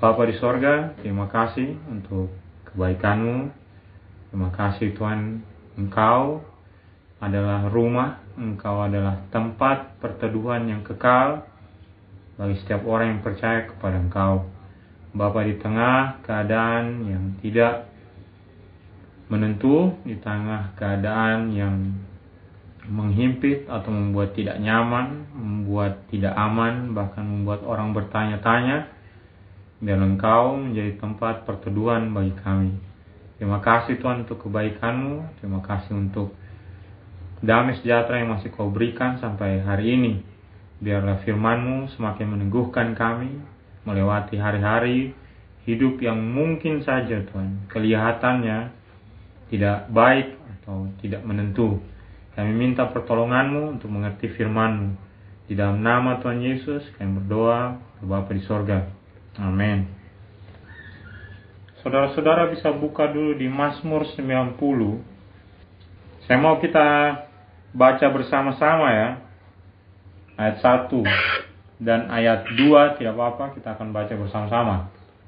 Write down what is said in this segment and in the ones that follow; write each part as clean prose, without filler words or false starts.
Bapa di sorga, terima kasih untuk kebaikan-Mu. Terima kasih Tuhan, Engkau adalah rumah, Engkau adalah tempat perteduhan yang kekal bagi setiap orang yang percaya kepada Engkau. Bapa, di tengah keadaan yang tidak menentu, di tengah keadaan yang menghimpit atau membuat tidak nyaman, membuat tidak aman, bahkan membuat orang bertanya-tanya, biar Engkau menjadi tempat perteduhan bagi kami. Terima kasih Tuhan untuk kebaikan-Mu, terima kasih untuk damai sejahtera yang masih Kau berikan sampai hari ini. Biarlah firman-Mu semakin meneguhkan kami melewati hari-hari hidup yang mungkin saja Tuhan kelihatannya tidak baik atau tidak menentu. Kami minta pertolongan-Mu untuk mengerti firman-Mu. Di dalam nama Tuhan Yesus kami berdoa, Bapa di sorga. Amin. Saudara-saudara bisa buka dulu di Mazmur 90. Saya mau kita baca bersama-sama ya. Ayat 1 dan ayat 2 tidak apa-apa, kita akan baca bersama-sama.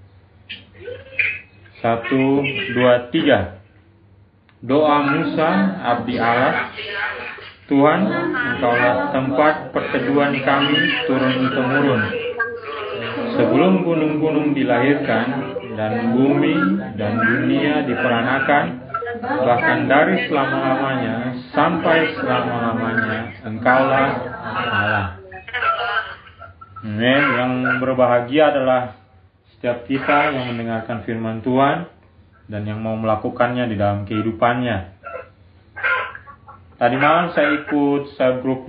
1, 2, 3. Doa Musa, abdi Allah. Tuhan, Engkaulah tempat perteduhan kami turun-temurun. Sebelum gunung-gunung dilahirkan dan bumi dan dunia diperanakan, bahkan dari selama-lamanya sampai selama-lamanya, Engkaulah Allah. Amin. Yang berbahagia adalah setiap kita yang mendengarkan firman Tuhan dan yang mau melakukannya di dalam kehidupannya. Tadi malam saya ikut sel grup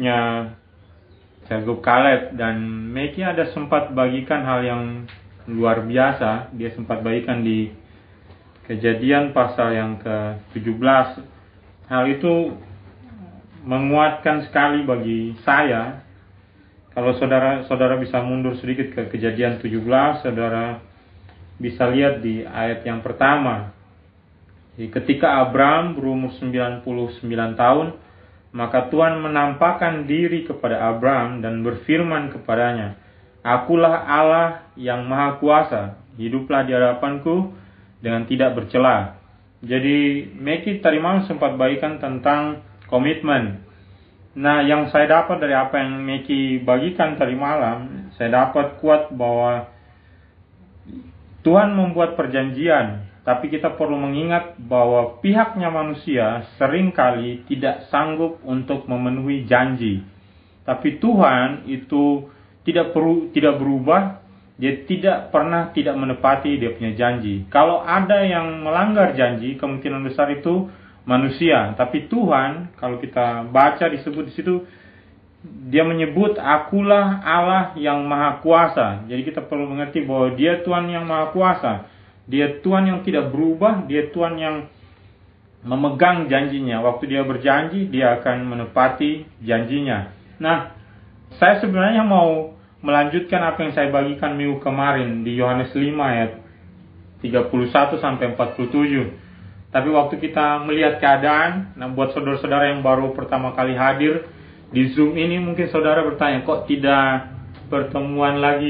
Caleb, dan Meki ada sempat bagikan hal yang luar biasa. Dia sempat bagikan di Kejadian pasal yang ke-17. Hal itu menguatkan sekali bagi saya. Kalau saudara bisa mundur sedikit ke Kejadian 17, saudara bisa lihat di ayat yang pertama. Jadi, ketika Abram berumur 99 tahun, maka Tuhan menampakkan diri kepada Abram dan berfirman kepadanya, Akulah Allah yang Maha Kuasa, hiduplah di hadapanku dengan tidak bercela. Jadi Meki tadi malam sempat bagikan tentang komitmen. Nah, yang saya dapat dari apa yang Meki bagikan tadi malam, saya dapat kuat bahwa Tuhan membuat perjanjian, tapi kita perlu mengingat bahwa pihaknya manusia seringkali tidak sanggup untuk memenuhi janji. Tapi Tuhan itu tidak berubah, Dia tidak pernah tidak menepati Dia punya janji. Kalau ada yang melanggar janji, kemungkinan besar itu manusia. Tapi Tuhan, kalau kita baca disebut di situ, Dia menyebut Akulah Allah yang Maha Kuasa. Jadi kita perlu mengerti bahwa Dia Tuhan yang Maha Kuasa. Dia Tuhan yang tidak berubah, Dia Tuhan yang memegang janjinya. Waktu Dia berjanji, Dia akan menepati janjinya. Nah, saya sebenarnya mau melanjutkan apa yang saya bagikan minggu kemarin di Yohanes 5 ayat 31 sampai 47. Tapi waktu kita melihat keadaan, nah buat saudara-saudara yang baru pertama kali hadir di Zoom ini, mungkin saudara bertanya, kok tidak pertemuan lagi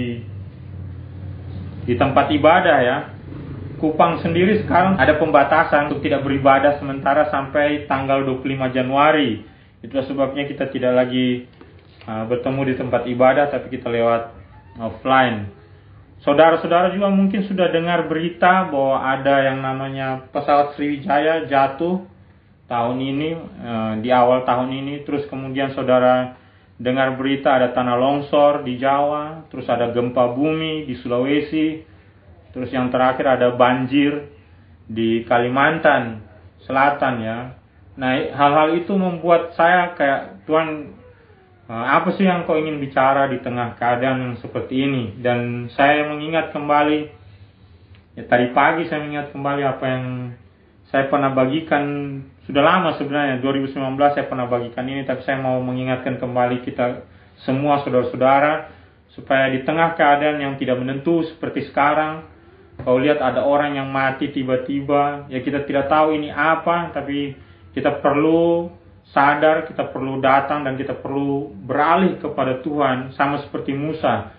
di tempat ibadah ya? Kupang sendiri sekarang ada pembatasan untuk tidak beribadah sementara sampai tanggal 25 Januari. Itulah sebabnya kita tidak lagi bertemu di tempat ibadah, tapi kita lewat offline. Saudara-saudara juga mungkin sudah dengar berita bahwa ada yang namanya pesawat Sriwijaya jatuh tahun ini, di awal tahun ini. Terus kemudian saudara dengar berita ada tanah longsor di Jawa, terus ada gempa bumi di Sulawesi, terus yang terakhir ada banjir di Kalimantan Selatan ya. Nah, hal-hal itu membuat saya kayak, Tuhan, apa sih yang Kau ingin bicara di tengah keadaan yang seperti ini? Dan saya mengingat kembali, ya tadi pagi saya mengingat kembali apa yang saya pernah bagikan, sudah lama sebenarnya, 2019 saya pernah bagikan ini, tapi saya mau mengingatkan kembali kita semua saudara-saudara, supaya di tengah keadaan yang tidak menentu seperti sekarang, kau lihat ada orang yang mati tiba-tiba, ya kita tidak tahu ini apa, tapi kita perlu sadar, kita perlu datang dan kita perlu beralih kepada Tuhan, sama seperti Musa.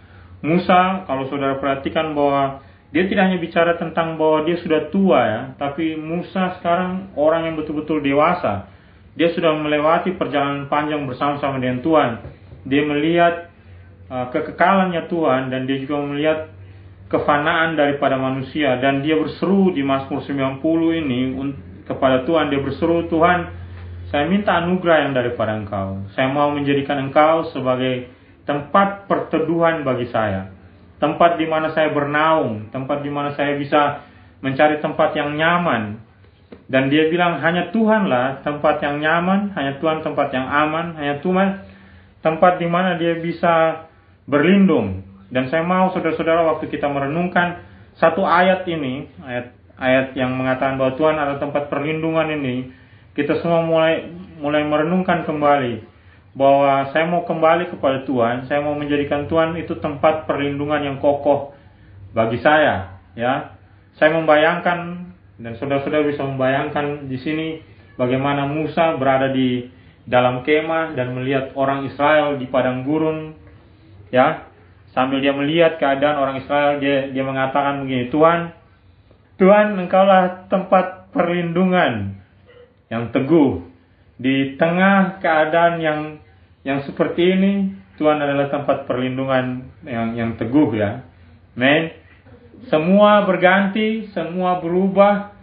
Musa, kalau saudara perhatikan bahwa dia tidak hanya bicara tentang bahwa dia sudah tua ya, tapi Musa sekarang orang yang betul-betul dewasa. Dia sudah melewati perjalanan panjang bersama-sama dengan Tuhan. Dia melihat kekekalannya Tuhan, dan dia juga melihat kefanaan daripada manusia. Dan dia berseru di Mazmur 90 ini kepada Tuhan. Dia berseru, Tuhan, saya minta anugerah yang daripada Engkau. Saya mau menjadikan Engkau sebagai tempat perteduhan bagi saya, tempat di mana saya bernaung, tempat di mana saya bisa mencari tempat yang nyaman. Dan dia bilang, hanya Tuhanlah tempat yang nyaman, hanya Tuhan tempat yang aman, hanya Tuhan tempat di mana dia bisa berlindung. Dan saya mau saudara-saudara, waktu kita merenungkan satu ayat ini, ayat yang mengatakan bahwa Tuhan adalah tempat perlindungan ini, kita semua mulai merenungkan kembali bahwa saya mau kembali kepada Tuhan. Saya mau menjadikan Tuhan itu tempat perlindungan yang kokoh bagi saya, ya. Saya membayangkan, dan saudara-saudara bisa membayangkan di sini bagaimana Musa berada di dalam kemah dan melihat orang Israel di padang gurun, ya. Sambil dia melihat keadaan orang Israel, dia mengatakan begini, Tuhan, Engkaulah tempat perlindungan yang teguh di tengah keadaan yang seperti ini. Tuhan adalah tempat perlindungan yang teguh, ya. Amen. Semua berganti, semua berubah,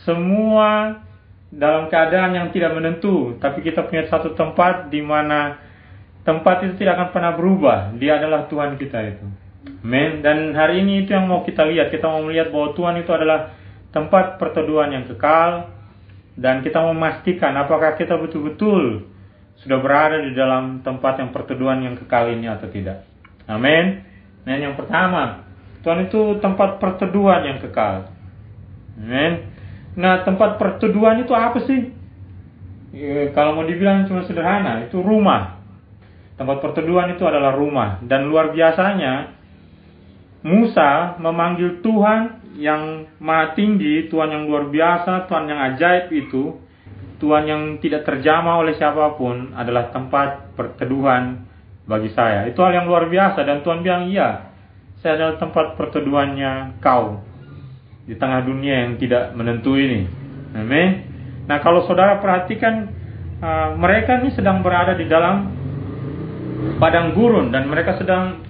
semua dalam keadaan yang tidak menentu, tapi kita punya satu tempat di mana tempat itu tidak akan pernah berubah. Dia adalah Tuhan kita itu. Amen. Dan hari ini itu yang mau kita lihat. Kita mau melihat bahwa Tuhan itu adalah tempat perteduhan yang kekal. Dan kita memastikan apakah kita betul-betul sudah berada di dalam tempat yang perteduhan yang kekal ini atau tidak. Amin. Nah, yang pertama, Tuhan itu tempat perteduhan yang kekal. Amin. Nah, tempat perteduhan itu apa sih? Kalau mau dibilang cuma sederhana, itu rumah. Tempat perteduhan itu adalah rumah. Dan luar biasanya, Musa memanggil Tuhan yang maha tinggi, Tuhan yang luar biasa, Tuhan yang ajaib itu, Tuhan yang tidak terjamah oleh siapapun, adalah tempat perteduhan bagi saya. Itu hal yang luar biasa. Dan Tuhan bilang, iya, saya adalah tempat perteduhannya kau di tengah dunia yang tidak menentu ini. Amin. Nah, kalau saudara perhatikan, mereka ini sedang berada di dalam padang gurun, dan mereka sedang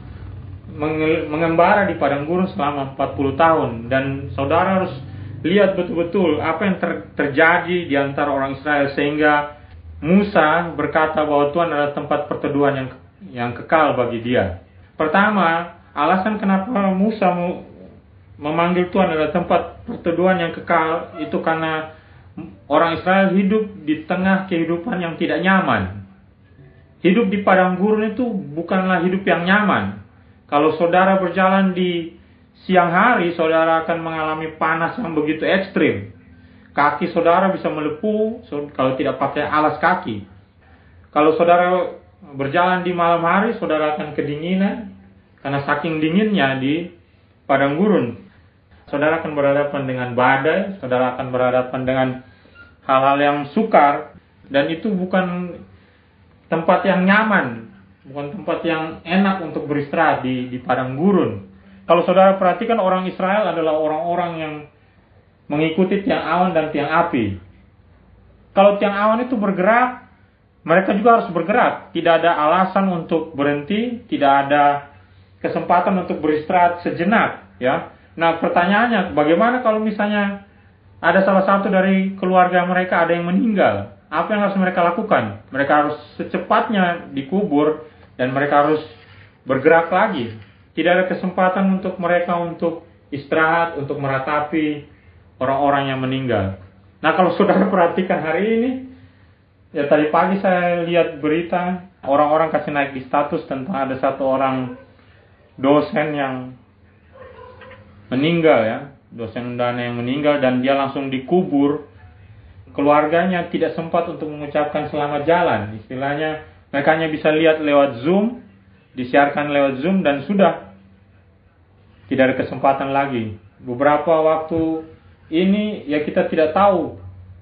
mengembara di padang gurun selama 40 tahun. Dan saudara harus lihat betul-betul apa yang terjadi di antara orang Israel, sehingga Musa berkata bahwa Tuhan adalah tempat perteduhan yang kekal bagi dia. Pertama, alasan kenapa Musa memanggil Tuhan adalah tempat perteduhan yang kekal itu karena orang Israel hidup di tengah kehidupan yang tidak nyaman. Hidup di padang gurun itu bukanlah hidup yang nyaman. Kalau saudara berjalan di siang hari, saudara akan mengalami panas yang begitu ekstrim. Kaki saudara bisa melepuh kalau tidak pakai alas kaki. Kalau saudara berjalan di malam hari, saudara akan kedinginan karena saking dinginnya di padang gurun. Saudara akan berhadapan dengan badai, saudara akan berhadapan dengan hal-hal yang sukar, dan itu bukan tempat yang nyaman, bukan tempat yang enak untuk beristirahat di padang gurun. Kalau saudara perhatikan, orang Israel adalah orang-orang yang mengikuti tiang awan dan tiang api. Kalau tiang awan itu bergerak, mereka juga harus bergerak. Tidak ada alasan untuk berhenti, tidak ada kesempatan untuk beristirahat sejenak, ya. Nah, pertanyaannya, bagaimana kalau misalnya ada salah satu dari keluarga mereka ada yang meninggal? Apa yang harus mereka lakukan? Mereka harus secepatnya dikubur dan mereka harus bergerak lagi. Tidak ada kesempatan untuk mereka untuk istirahat, untuk meratapi orang-orang yang meninggal. Nah, kalau saudara perhatikan hari ini, ya tadi pagi saya lihat berita, orang-orang kasih naik di status tentang ada satu orang dosen yang meninggal, ya, dosen undana yang meninggal, dan dia langsung dikubur. Keluarganya tidak sempat untuk mengucapkan selamat jalan. Istilahnya mereka hanya bisa lihat lewat Zoom, disiarkan lewat Zoom, dan sudah tidak ada kesempatan lagi. Beberapa waktu ini ya kita tidak tahu,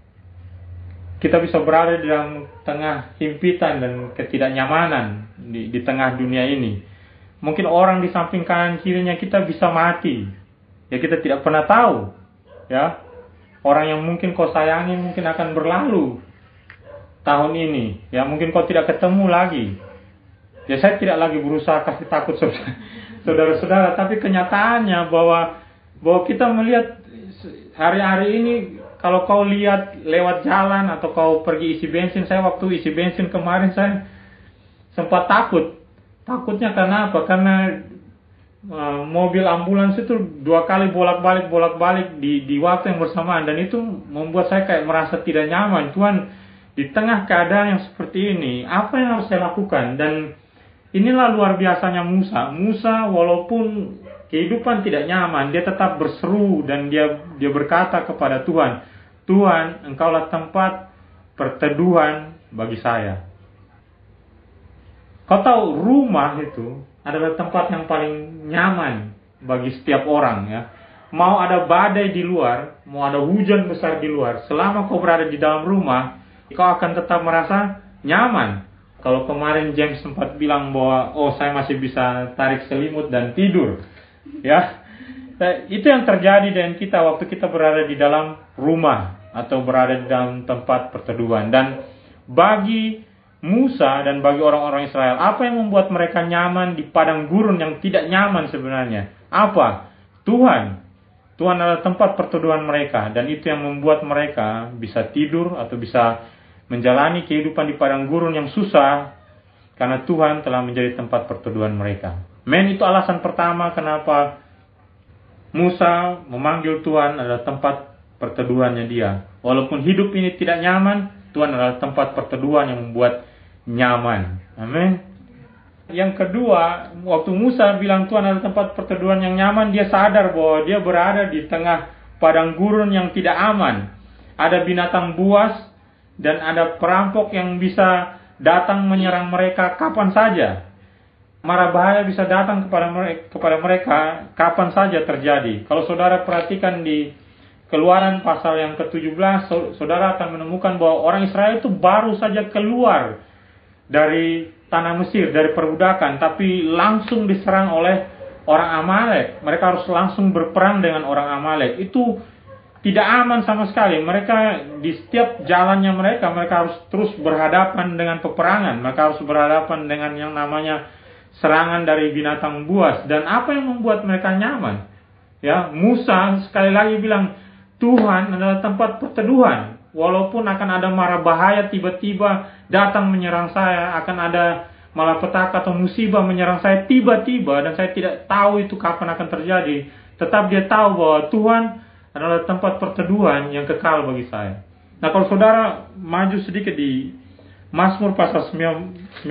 kita bisa berada di dalam tengah himpitan dan ketidaknyamanan di tengah dunia ini. mungkin orang di samping kanan kirinya kita bisa mati. Ya kita tidak pernah tahu. Ya, orang yang mungkin kau sayangi mungkin akan berlalu tahun ini. Ya, mungkin kau tidak ketemu lagi. Ya, saya tidak lagi berusaha kasih takut saudara-saudara, tapi kenyataannya bahwa kita melihat hari-hari ini, kalau kau lihat lewat jalan atau kau pergi isi bensin, saya waktu isi bensin kemarin saya sempat takut. Takutnya karena apa? Karena mobil ambulans itu 2 kali bolak-balik di waktu yang bersamaan, dan itu membuat saya kayak merasa tidak nyaman. Tuhan, di tengah keadaan yang seperti ini, apa yang harus saya lakukan? Dan inilah luar biasanya Musa. Musa walaupun kehidupan tidak nyaman, dia tetap berseru dan dia berkata kepada Tuhan, Tuhan, Engkaulah tempat perteduhan bagi saya. Kau tahu, rumah itu adalah tempat yang paling nyaman bagi setiap orang, ya. Mau ada badai di luar, mau ada hujan besar di luar, selama kau berada di dalam rumah, kau akan tetap merasa nyaman. Kalau kemarin James sempat bilang bahwa saya masih bisa tarik selimut dan tidur, ya. Itu yang terjadi dengan kita waktu kita berada di dalam rumah atau berada di dalam tempat perteduhan. Dan bagi Musa dan bagi orang-orang Israel, apa yang membuat mereka nyaman di padang gurun yang tidak nyaman sebenarnya? Apa? Tuhan adalah tempat perteduhan mereka, dan itu yang membuat mereka bisa tidur atau bisa menjalani kehidupan di padang gurun yang susah, karena Tuhan telah menjadi tempat perteduhan mereka. Itu alasan pertama kenapa Musa memanggil Tuhan adalah tempat perteduhannya dia. Walaupun hidup ini tidak nyaman, Tuhan adalah tempat perteduhan yang membuat nyaman. Amin. Yang kedua, waktu Musa bilang Tuhan adalah tempat perteduhan yang nyaman, dia sadar bahwa dia berada di tengah padang gurun yang tidak aman. Ada binatang buas dan ada perampok yang bisa datang menyerang mereka kapan saja. Mara bahaya bisa datang kepada mereka kapan saja terjadi. Kalau saudara perhatikan di Keluaran pasal yang ke-17, saudara akan menemukan bahwa orang Israel itu baru saja keluar dari tanah Mesir, dari perbudakan, tapi langsung diserang oleh orang Amalek. Mereka harus langsung berperang dengan orang Amalek. Itu tidak aman sama sekali. Mereka di setiap jalannya mereka harus terus berhadapan dengan peperangan. Mereka harus berhadapan dengan yang namanya serangan dari binatang buas. Dan apa yang membuat mereka nyaman? Ya, Musa sekali lagi bilang, Tuhan adalah tempat perteduhan. Walaupun akan ada mara bahaya tiba-tiba datang menyerang saya, akan ada malapetaka atau musibah menyerang saya tiba-tiba, dan saya tidak tahu itu kapan akan terjadi, tetap dia tahu bahwa Tuhan adalah tempat perteduhan yang kekal bagi saya. Nah, kalau saudara maju sedikit di Mazmur pasal 91,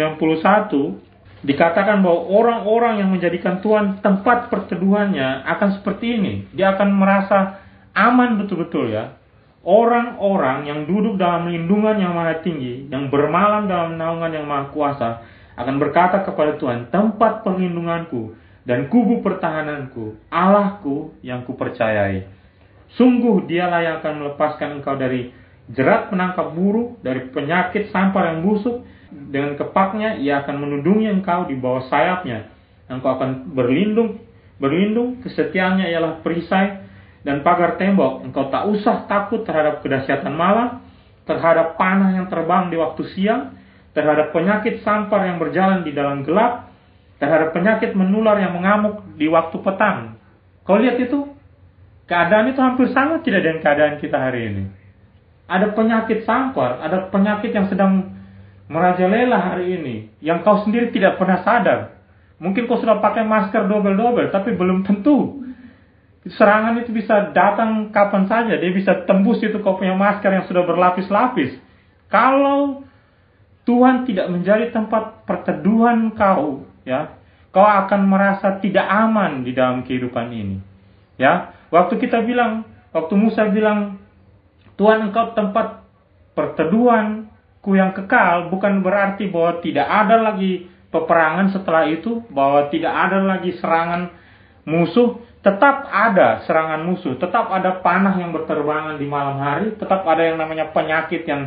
dikatakan bahwa orang-orang yang menjadikan Tuhan tempat perteduhannya akan seperti ini. Dia akan merasa aman betul-betul, ya. Orang-orang yang duduk dalam lindungan yang maha tinggi, yang bermalam dalam naungan yang maha kuasa, akan berkata kepada Tuhan, tempat perlindunganku dan kubu pertahananku, Allahku yang kupercayai. Sungguh dialah yang akan melepaskan engkau dari jerat penangkap burung, dari penyakit sampar yang busuk. Dengan kepaknya ia akan menundungi engkau di bawah sayapnya. Engkau akan berlindung, kesetiaannya ialah perisai dan pagar tembok. Engkau tak usah takut terhadap kedahsyatan malam, terhadap panah yang terbang di waktu siang, terhadap penyakit sampar yang berjalan di dalam gelap, terhadap penyakit menular yang mengamuk di waktu petang. Kau lihat itu? Keadaan itu hampir sama tidak dengan keadaan kita hari ini. Ada penyakit sampar, ada penyakit yang sedang merajalela hari ini, yang kau sendiri tidak pernah sadar. Mungkin kau sudah pakai masker double-double, tapi belum tentu. Serangan itu bisa datang kapan saja. Dia bisa tembus itu kau punya masker yang sudah berlapis-lapis. Kalau Tuhan tidak menjadi tempat perteduhan kau, ya, kau akan merasa tidak aman di dalam kehidupan ini. Ya, waktu Musa bilang, Tuhan engkau tempat perteduhanku yang kekal, bukan berarti bahwa tidak ada lagi peperangan setelah itu, bahwa tidak ada lagi serangan musuh. Tetap ada serangan musuh, tetap ada panah yang berterbangan di malam hari, tetap ada yang namanya penyakit yang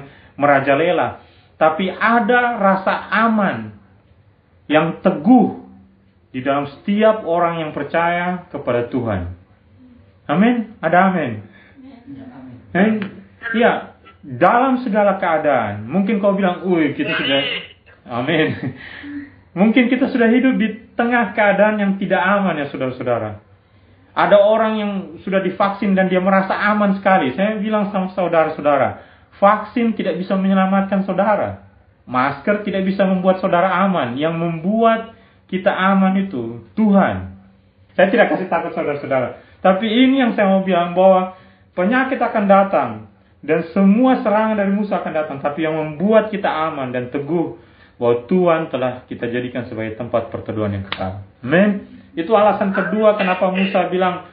merajalela. Tapi ada rasa aman yang teguh di dalam setiap orang yang percaya kepada Tuhan. Amin? Ada amin? Ya, dalam segala keadaan. Mungkin kau bilang, kita sudah, amin. Mungkin kita sudah hidup di tengah keadaan yang tidak aman ya saudara-saudara. Ada orang yang sudah divaksin dan dia merasa aman sekali. Saya bilang sama saudara-saudara, vaksin tidak bisa menyelamatkan saudara. Masker tidak bisa membuat saudara aman. Yang membuat kita aman itu Tuhan. Saya tidak kasih takut saudara-saudara. Tapi ini yang saya mau bilang, bahwa penyakit akan datang. Dan semua serangan dari musuh akan datang. Tapi yang membuat kita aman dan teguh, bahwa Tuhan telah kita jadikan sebagai tempat perteduhan yang kekal. Amin. Itu alasan kedua kenapa Musa bilang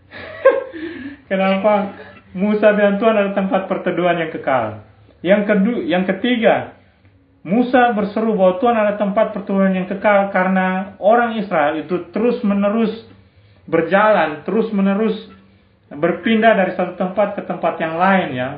kenapa Musa bilang Tuhan adalah tempat perteduhan yang kekal. Yang ketiga, Musa berseru bahwa Tuhan adalah tempat perteduhan yang kekal karena orang Israel itu terus-menerus berjalan, terus-menerus berpindah dari satu tempat ke tempat yang lain ya.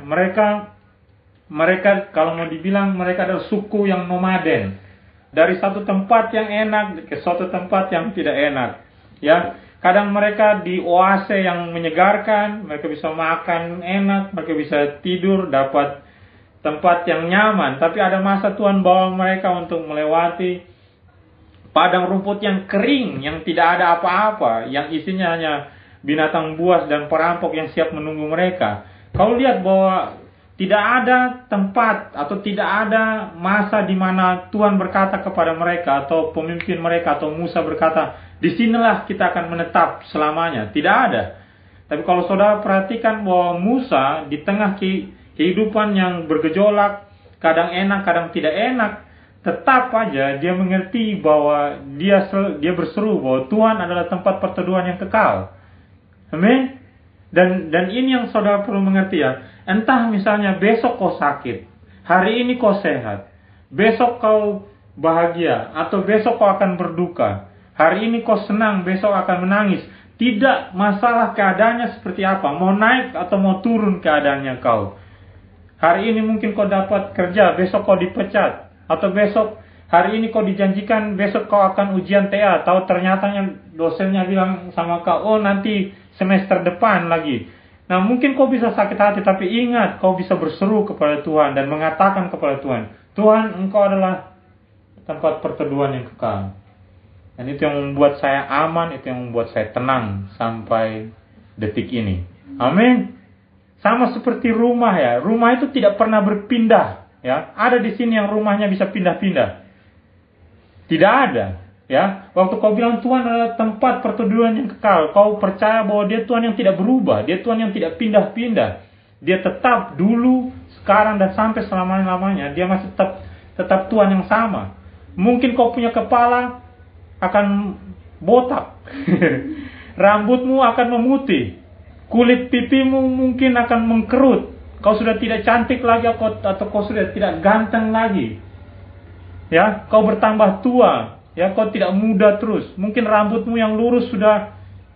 Mereka kalau mau dibilang mereka adalah suku yang nomaden. Dari satu tempat yang enak ke suatu tempat yang tidak enak. Ya, kadang mereka di oase yang menyegarkan, mereka bisa makan enak, mereka bisa tidur, dapat tempat yang nyaman. Tapi ada masa Tuhan bawa mereka untuk melewati padang rumput yang kering, yang tidak ada apa-apa, yang isinya hanya binatang buas dan perampok yang siap menunggu mereka. Kau lihat bahwa tidak ada tempat atau tidak ada masa di mana Tuhan berkata kepada mereka atau pemimpin mereka atau Musa berkata, disinilah kita akan menetap selamanya. Tidak ada. Tapi kalau saudara perhatikan bahwa Musa di tengah kehidupan yang bergejolak, kadang enak, kadang tidak enak, tetap aja dia mengerti bahwa dia berseru bahwa Tuhan adalah tempat perteduhan yang kekal. Amin. Dan ini yang saudara perlu mengerti ya. Entah misalnya besok kau sakit, hari ini kau sehat, besok kau bahagia, atau besok kau akan berduka. Hari ini kau senang, besok akan menangis. Tidak masalah keadaannya seperti apa, mau naik atau mau turun keadaannya kau. Hari ini mungkin kau dapat kerja, besok kau dipecat. Atau besok, hari ini kau dijanjikan, besok kau akan ujian TA. Tahu ternyata dosennya bilang sama kau, nanti semester depan lagi. Nah mungkin kau bisa sakit hati, tapi ingat kau bisa berseru kepada Tuhan dan mengatakan kepada Tuhan, Tuhan engkau adalah tempat perteduhan yang kekal. Dan itu yang membuat saya aman, itu yang membuat saya tenang sampai detik ini. Amin. Sama seperti rumah ya, rumah itu tidak pernah berpindah. Ya, ada di sini yang rumahnya bisa pindah-pindah. Tidak ada. Ya, waktu kau bilang Tuhan adalah tempat perteduhan yang kekal, kau percaya bahwa Dia Tuhan yang tidak berubah, Dia Tuhan yang tidak pindah-pindah. Dia tetap dulu, sekarang dan sampai selama-lamanya. Dia masih tetap Tuhan yang sama. Mungkin kau punya kepala akan botak, rambutmu akan memutih, kulit pipimu mungkin akan mengkerut. Kau sudah tidak cantik lagi atau kau sudah tidak ganteng lagi. Ya, kau bertambah tua. Ya, kau tidak muda terus. Mungkin rambutmu yang lurus sudah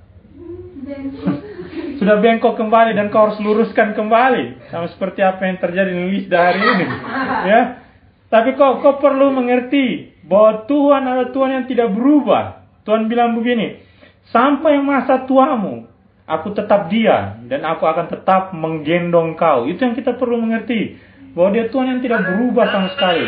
bengkok kembali dan kau harus luruskan kembali. Sama seperti apa yang terjadi di Lisda hari ini. Ya. Tapi kau perlu mengerti bahwa Tuhan adalah Tuhan yang tidak berubah. Tuhan bilang begini, sampai masa tuamu aku tetap Dia dan aku akan tetap menggendong kau. Itu yang kita perlu mengerti, bahwa Dia Tuhan yang tidak berubah sama sekali.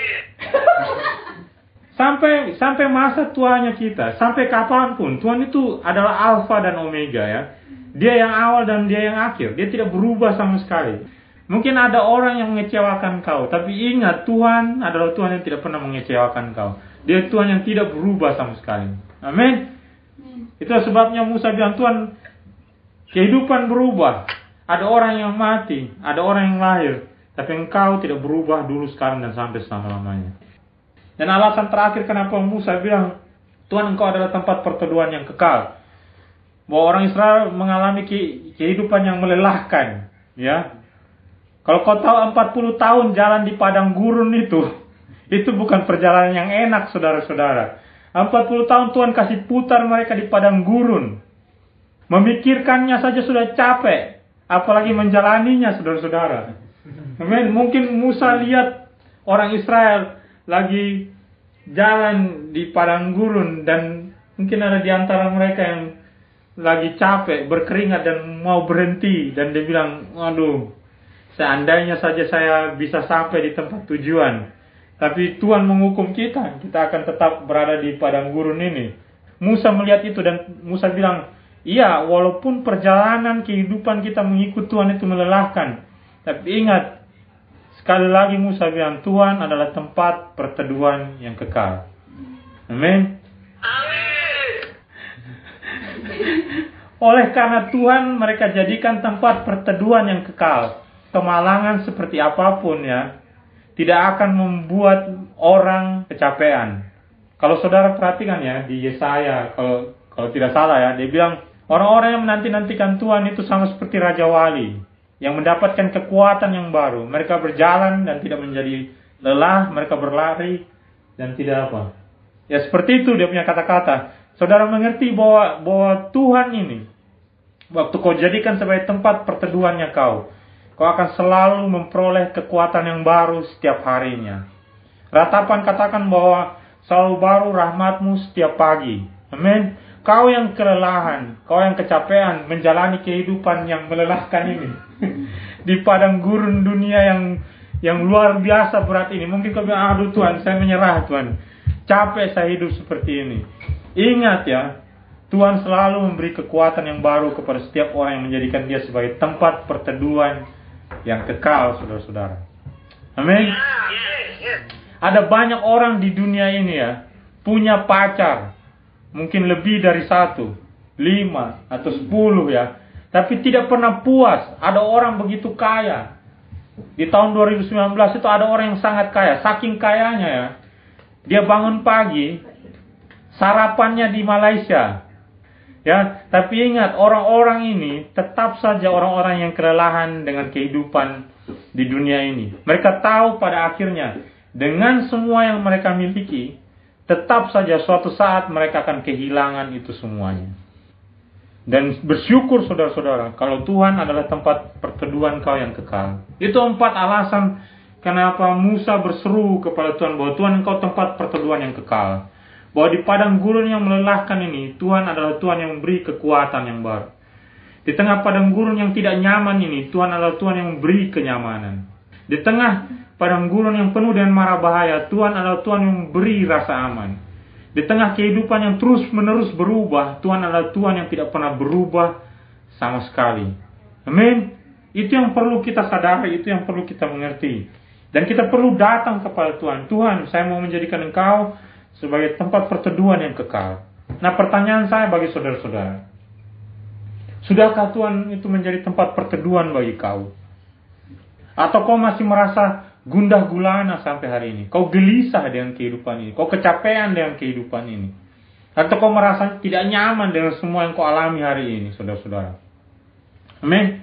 Sampai masa tuanya kita, sampai kapanpun, Tuhan itu adalah Alfa dan Omega ya. Dia yang awal dan Dia yang akhir. Dia tidak berubah sama sekali. Mungkin ada orang yang mengecewakan kau, tapi ingat Tuhan adalah Tuhan yang tidak pernah mengecewakan kau. Dia Tuhan yang tidak berubah sama sekali. Amin. Itulah sebabnya Musa bilang, Tuhan, kehidupan berubah. Ada orang yang mati, ada orang yang lahir, tapi Engkau tidak berubah dulu, sekarang, dan sampai selama-lamanya. Dan alasan terakhir kenapa Musa bilang, Tuhan Engkau adalah tempat perteduhan yang kekal. Bahwa orang Israel mengalami kehidupan yang melelahkan. Ya. Kalau kau tahu 40 tahun jalan di padang gurun itu bukan perjalanan yang enak, saudara-saudara. 40 tahun Tuhan kasih putar mereka di padang gurun. Memikirkannya saja sudah capek, apalagi menjalaninya, saudara-saudara. Mungkin Musa lihat orang Israel lagi jalan di padang gurun dan Mungkin ada di antara mereka yang lagi capek, berkeringat dan mau berhenti. Dan dia bilang, aduh, seandainya saja saya bisa sampai di tempat tujuan. Tapi Tuhan menghukum kita akan tetap berada di padang gurun ini. Musa melihat itu dan Musa bilang, iya, walaupun perjalanan kehidupan kita mengikut Tuhan itu melelahkan. Tapi ingat, sekali lagi Musa bilang, Tuhan adalah tempat perteduhan yang kekal. Amin. Oleh karena Tuhan mereka jadikan tempat perteduhan yang kekal. Kemalangan seperti apapun ya, tidak akan membuat orang kecapean. Kalau saudara perhatikan ya, di Yesaya, kalau tidak salah ya, dia bilang, orang-orang yang menanti-nantikan Tuhan itu sama seperti Raja Wali, yang mendapatkan kekuatan yang baru. Mereka berjalan dan tidak menjadi lelah, mereka berlari dan tidak apa. Ya seperti itu dia punya kata-kata. Saudara mengerti bahwa Tuhan ini, waktu kau jadikan sebagai tempat perteduhannya kau akan selalu memperoleh kekuatan yang baru setiap harinya. Ratapan katakan bahwa selalu baru rahmatmu setiap pagi. Amin. Kau yang kelelahan, kau yang kecapean menjalani kehidupan yang melelahkan ini di padang gurun dunia yang luar biasa berat ini. Mungkin kau bilang, aduh Tuhan, saya menyerah Tuhan. Capek saya hidup seperti ini. Ingat ya, Tuhan selalu memberi kekuatan yang baru kepada setiap orang yang menjadikan dia sebagai tempat perteduhan yang kekal, saudara-saudara. Amin. Ada banyak orang di dunia ini ya, punya pacar. Mungkin lebih dari 1, 5, atau 10 ya. Tapi tidak pernah puas. Ada orang begitu kaya. Di tahun 2019 itu ada orang yang sangat kaya. Saking kayanya ya, dia bangun pagi, sarapannya di Malaysia. Ya, tapi ingat, orang-orang ini tetap saja orang-orang yang kelelahan dengan kehidupan di dunia ini. Mereka tahu pada akhirnya, dengan semua yang mereka miliki, tetap saja suatu saat mereka akan kehilangan itu semuanya. Dan bersyukur saudara-saudara, kalau Tuhan adalah tempat perteduhan kau yang kekal. Itu 4 alasan kenapa Musa berseru kepada Tuhan bahwa Tuhan engkau tempat perteduhan yang kekal. Bahwa di padang gurun yang melelahkan ini, Tuhan adalah Tuhan yang memberi kekuatan yang baru. Di tengah padang gurun yang tidak nyaman ini, Tuhan adalah Tuhan yang memberi kenyamanan. Di tengah padang gurun yang penuh dengan mara bahaya, Tuhan adalah Tuhan yang memberi rasa aman. Di tengah kehidupan yang terus-menerus berubah, Tuhan adalah Tuhan yang tidak pernah berubah sama sekali. Amin. Itu yang perlu kita sadari, itu yang perlu kita mengerti. Dan kita perlu datang kepada Tuhan. Tuhan, saya mau menjadikan Engkau sebagai tempat perteduhan yang kekal. Nah, pertanyaan saya bagi saudara-saudara, sudahkah Tuhan itu menjadi tempat perteduhan bagi kau? Atau kau masih merasa gundah gulana sampai hari ini? Kau gelisah dengan kehidupan ini? Kau kecapean dengan kehidupan ini? Atau kau merasa tidak nyaman dengan semua yang kau alami hari ini, saudara-saudara? Amin.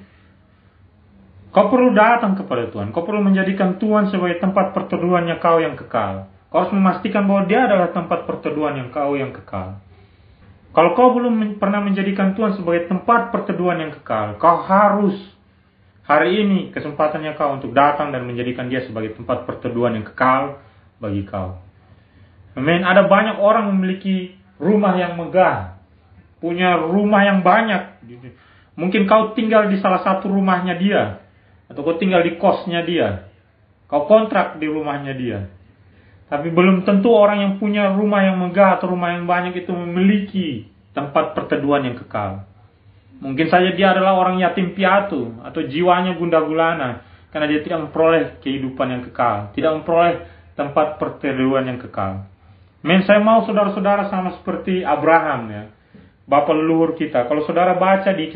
Kau perlu datang kepada Tuhan. Kau perlu menjadikan Tuhan sebagai tempat perteduhannya kau yang kekal. Kau harus memastikan bahwa dia adalah tempat perteduhan yang kau yang kekal. Kalau kau belum pernah menjadikan Tuhan sebagai tempat perteduhan yang kekal, kau harus hari ini kesempatannya kau untuk datang dan menjadikan dia sebagai tempat perteduhan yang kekal bagi kau. Amin. Ada banyak orang memiliki rumah yang megah, punya rumah yang banyak. Mungkin kau tinggal di salah satu rumahnya dia, atau kau tinggal di kosnya dia, kau kontrak di rumahnya dia. Tapi belum tentu orang yang punya rumah yang megah atau rumah yang banyak itu memiliki tempat perteduhan yang kekal. Mungkin saja dia adalah orang yatim piatu atau jiwanya gundah gulana karena dia tidak memperoleh kehidupan yang kekal, tidak memperoleh tempat perteduhan yang kekal. Saya mau saudara-saudara sama seperti Abraham ya, bapa leluhur kita. Kalau saudara baca di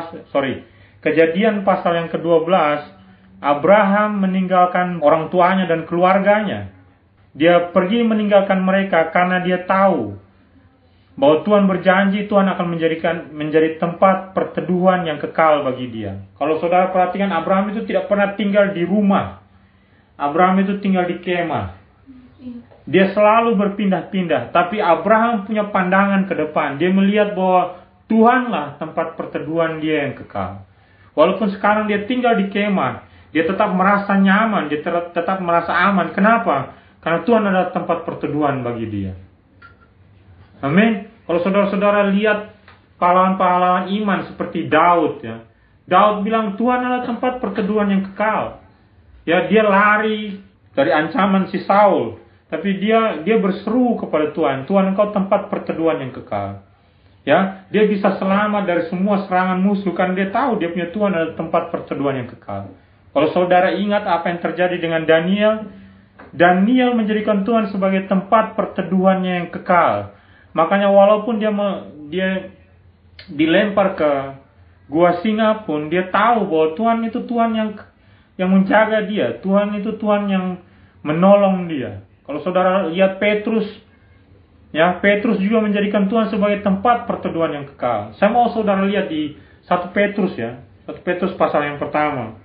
Kejadian pasal yang ke-12, Abraham meninggalkan orang tuanya dan keluarganya. Dia pergi meninggalkan mereka karena dia tahu bahwa Tuhan berjanji Tuhan akan menjadi tempat perteduhan yang kekal bagi dia. Kalau saudara perhatikan, Abraham itu tidak pernah tinggal di rumah. Abraham itu tinggal di kemah. Dia selalu berpindah-pindah. Tapi Abraham punya pandangan ke depan. Dia melihat bahwa Tuhanlah tempat perteduhan dia yang kekal. Walaupun sekarang dia tinggal di kemah, dia tetap merasa nyaman, dia tetap merasa aman. Kenapa? Karena Tuhan adalah tempat perteduhan bagi dia. Amin. Kalau saudara-saudara lihat pahlawan-pahlawan iman seperti Daud, ya, Daud bilang Tuhan adalah tempat perteduhan yang kekal. Ya, dia lari dari ancaman si Saul, tapi dia berseru kepada Tuhan, Tuhan engkau tempat perteduhan yang kekal. Ya, dia bisa selamat dari semua serangan musuh karena dia tahu dia punya Tuhan adalah tempat perteduhan yang kekal. Kalau saudara ingat apa yang terjadi dengan Daniel, Daniel menjadikan Tuhan sebagai tempat perteduhannya yang kekal. Makanya walaupun dia dilempar ke gua singa pun, dia tahu bahwa Tuhan itu Tuhan yang menjaga dia. Tuhan itu Tuhan yang menolong dia. Kalau saudara lihat Petrus, ya, Petrus juga menjadikan Tuhan sebagai tempat perteduhan yang kekal. Saya mau saudara lihat di 1 Petrus, ya. 1 Petrus pasal yang pertama.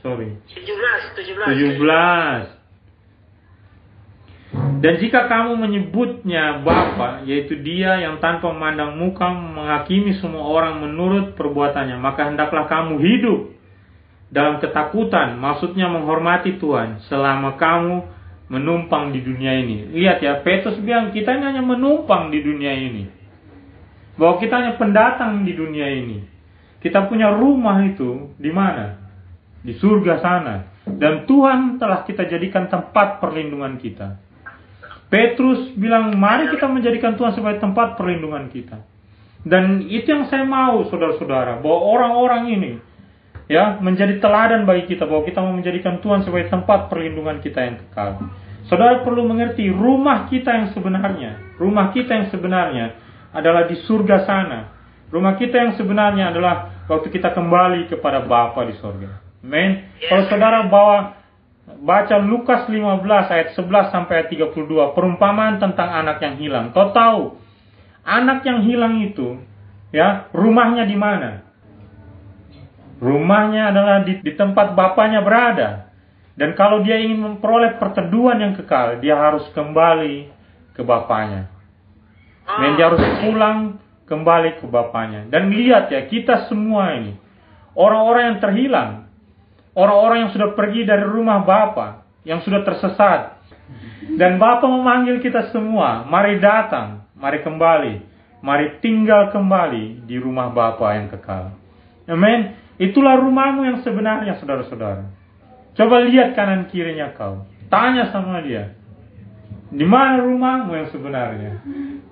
17. Dan jika kamu menyebutnya Bapa, yaitu Dia yang tanpa memandang muka menghakimi semua orang menurut perbuatannya, maka hendaklah kamu hidup dalam ketakutan, maksudnya menghormati Tuhan, selama kamu menumpang di dunia ini. Lihat ya, Petrus bilang kita ini hanya menumpang di dunia ini. Bahwa kita hanya pendatang di dunia ini. Kita punya rumah itu di mana? Di surga sana. Dan Tuhan telah kita jadikan tempat perlindungan kita. Petrus bilang, mari kita menjadikan Tuhan sebagai tempat perlindungan kita. Dan itu yang saya mau, saudara-saudara, bahwa orang-orang ini, ya, menjadi teladan bagi kita, bahwa kita mau menjadikan Tuhan sebagai tempat perlindungan kita yang kekal. Saudara perlu mengerti, rumah kita yang sebenarnya adalah di surga sana. Rumah kita yang sebenarnya adalah waktu kita kembali kepada Bapa di surga. Amen. Kalau saudara baca Lukas 15 ayat 11 sampai ayat 32, perumpamaan tentang anak yang hilang. Kau tahu, anak yang hilang itu, ya, rumahnya di mana? Rumahnya adalah di tempat bapaknya berada. Dan kalau dia ingin memperoleh perteduhan yang kekal, dia harus kembali ke bapaknya. Dan dia harus pulang kembali ke bapaknya. Dan lihat ya, kita semua ini, orang-orang yang terhilang, orang-orang yang sudah pergi dari rumah Bapa, yang sudah tersesat. Dan Bapa memanggil kita semua, mari datang, mari kembali, mari tinggal kembali di rumah Bapa yang kekal. Amin. Itulah rumahmu yang sebenarnya, saudara-saudara. Coba lihat kanan kirinya kau. Tanya sama dia, di mana rumahmu yang sebenarnya?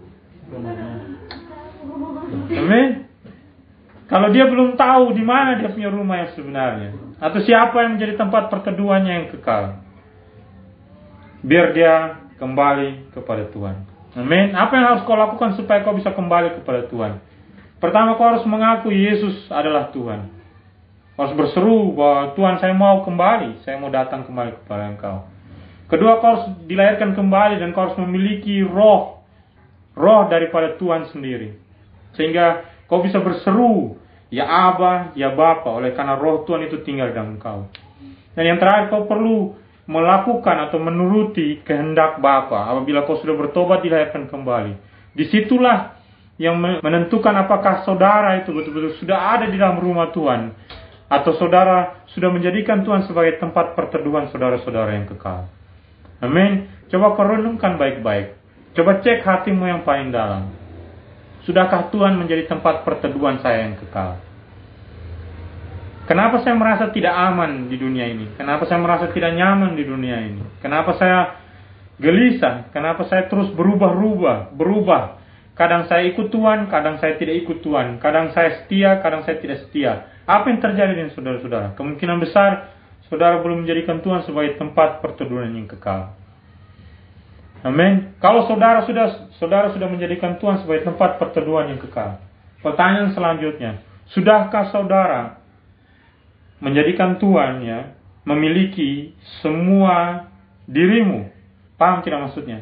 Amin. Kalau dia belum tahu di mana dia punya rumah yang sebenarnya, atau siapa yang menjadi tempat perteduhannya yang kekal, biar dia kembali kepada Tuhan. Amin. Apa yang harus kau lakukan supaya kau bisa kembali kepada Tuhan? Pertama, kau harus mengaku Yesus adalah Tuhan. Kau harus berseru bahwa Tuhan, saya mau kembali, saya mau datang kembali kepada Engkau. Kedua, kau harus dilahirkan kembali dan kau harus memiliki roh daripada Tuhan sendiri, sehingga kau bisa berseru, ya Aba, ya Bapa, oleh karena roh Tuhan itu tinggal dalam engkau. Dan yang terakhir, kau perlu melakukan atau menuruti kehendak Bapa. Apabila kau sudah bertobat, dilahirkan kembali. Disitulah yang menentukan apakah saudara itu betul-betul sudah ada di dalam rumah Tuhan, atau saudara sudah menjadikan Tuhan sebagai tempat perteduhan saudara-saudara yang kekal. Amin. Coba kau renungkan baik-baik. Coba cek hatimu yang paling dalam. Sudahkah Tuhan menjadi tempat perteduhan saya yang kekal? Kenapa saya merasa tidak aman di dunia ini? Kenapa saya merasa tidak nyaman di dunia ini? Kenapa saya gelisah? Kenapa saya terus berubah? Kadang saya ikut Tuhan, kadang saya tidak ikut Tuhan. Kadang saya setia, kadang saya tidak setia. Apa yang terjadi dengan saudara-saudara? Kemungkinan besar saudara belum menjadikan Tuhan sebagai tempat perteduhan yang kekal. Amin. Kalau saudara sudah menjadikan Tuhan sebagai tempat perteduhan yang kekal, pertanyaan selanjutnya, sudahkah saudara menjadikan Tuhan, ya, memiliki semua dirimu? Paham tidak maksudnya?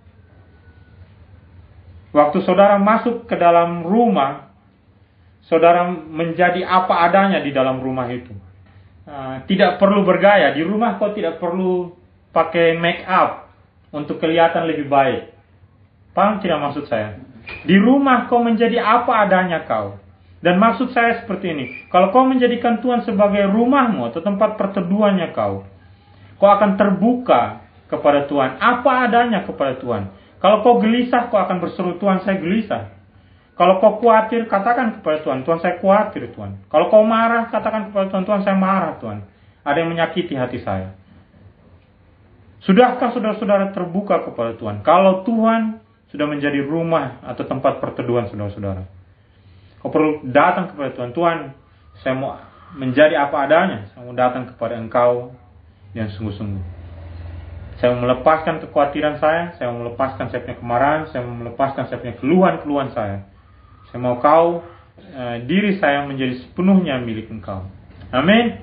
Waktu saudara masuk ke dalam rumah, saudara menjadi apa adanya di dalam rumah itu. Tidak perlu bergaya. Di rumah kau tidak perlu pakai make up untuk kelihatan lebih baik. Paham tidak maksud saya? Di rumah kau menjadi apa adanya kau. Dan maksud saya seperti ini. Kalau kau menjadikan Tuhan sebagai rumahmu atau tempat perteduhannya kau akan terbuka kepada Tuhan, apa adanya kepada Tuhan. Kalau kau gelisah, kau akan berseru, Tuhan, saya gelisah. Kalau kau khawatir, katakan kepada Tuhan, Tuhan saya khawatir Tuhan. Kalau kau marah, katakan kepada Tuhan, Tuhan saya marah Tuhan. Ada yang menyakiti hati saya. Sudahkah saudara-saudara terbuka kepada Tuhan? Kalau Tuhan sudah menjadi rumah atau tempat perteduhan saudara-saudara, kau perlu datang kepada Tuhan. Tuhan, saya mau menjadi apa adanya. Saya mau datang kepada Engkau yang sungguh-sungguh. Saya mau melepaskan kekhawatiran saya mau melepaskan saya punya kemarahan, saya mau melepaskan saya punya keluhan-keluhan saya. Saya mau kau, diri saya menjadi sepenuhnya milik Engkau. Amin.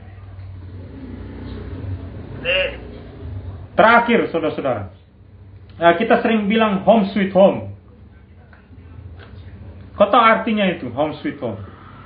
Terakhir, saudara-saudara, kita sering bilang home sweet home. Kau tahu artinya itu, home sweet home?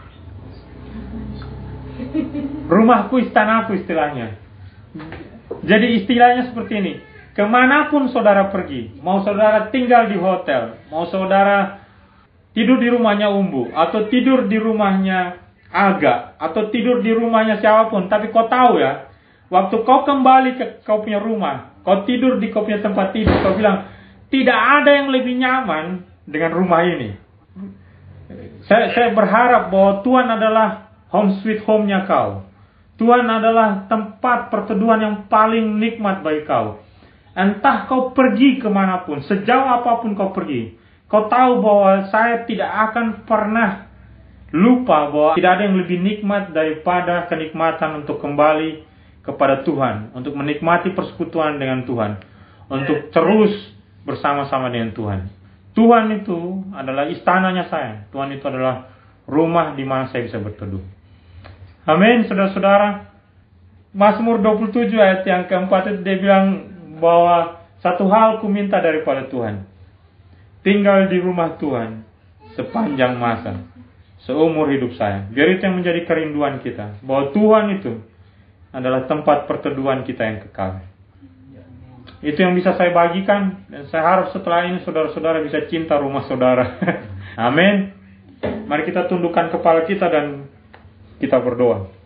Rumahku, istanaku istilahnya. Jadi istilahnya seperti ini. Kemanapun saudara pergi, mau saudara tinggal di hotel, mau saudara tidur di rumahnya Umbu, atau tidur di rumahnya Aga, atau tidur di rumahnya siapapun, tapi kau tahu ya, waktu kau kembali ke kau punya rumah, kau tidur di kau punya tempat tidur, kau bilang, tidak ada yang lebih nyaman dengan rumah ini. Saya berharap bahwa Tuhan adalah home sweet home-nya kau. Tuhan adalah tempat perteduhan yang paling nikmat bagi kau. Entah kau pergi kemanapun, sejauh apapun kau pergi, kau tahu bahwa saya tidak akan pernah lupa bahwa tidak ada yang lebih nikmat daripada kenikmatan untuk kembali kepada Tuhan, untuk menikmati persekutuan dengan Tuhan, untuk terus bersama-sama dengan Tuhan. Tuhan itu adalah istananya saya. Tuhan itu adalah rumah di mana saya bisa berteduh. Amin, saudara-saudara. Mazmur 27 ayat yang keempat itu dia bilang bahwa satu hal ku minta daripada Tuhan, tinggal di rumah Tuhan sepanjang masa, seumur hidup saya. Biar itu yang menjadi kerinduan kita, bahwa Tuhan itu adalah tempat perteduhan kita yang kekal. Itu yang bisa saya bagikan, dan saya harap setelah ini saudara-saudara bisa cinta rumah saudara. Amin. Mari kita tundukkan kepala kita dan kita berdoa.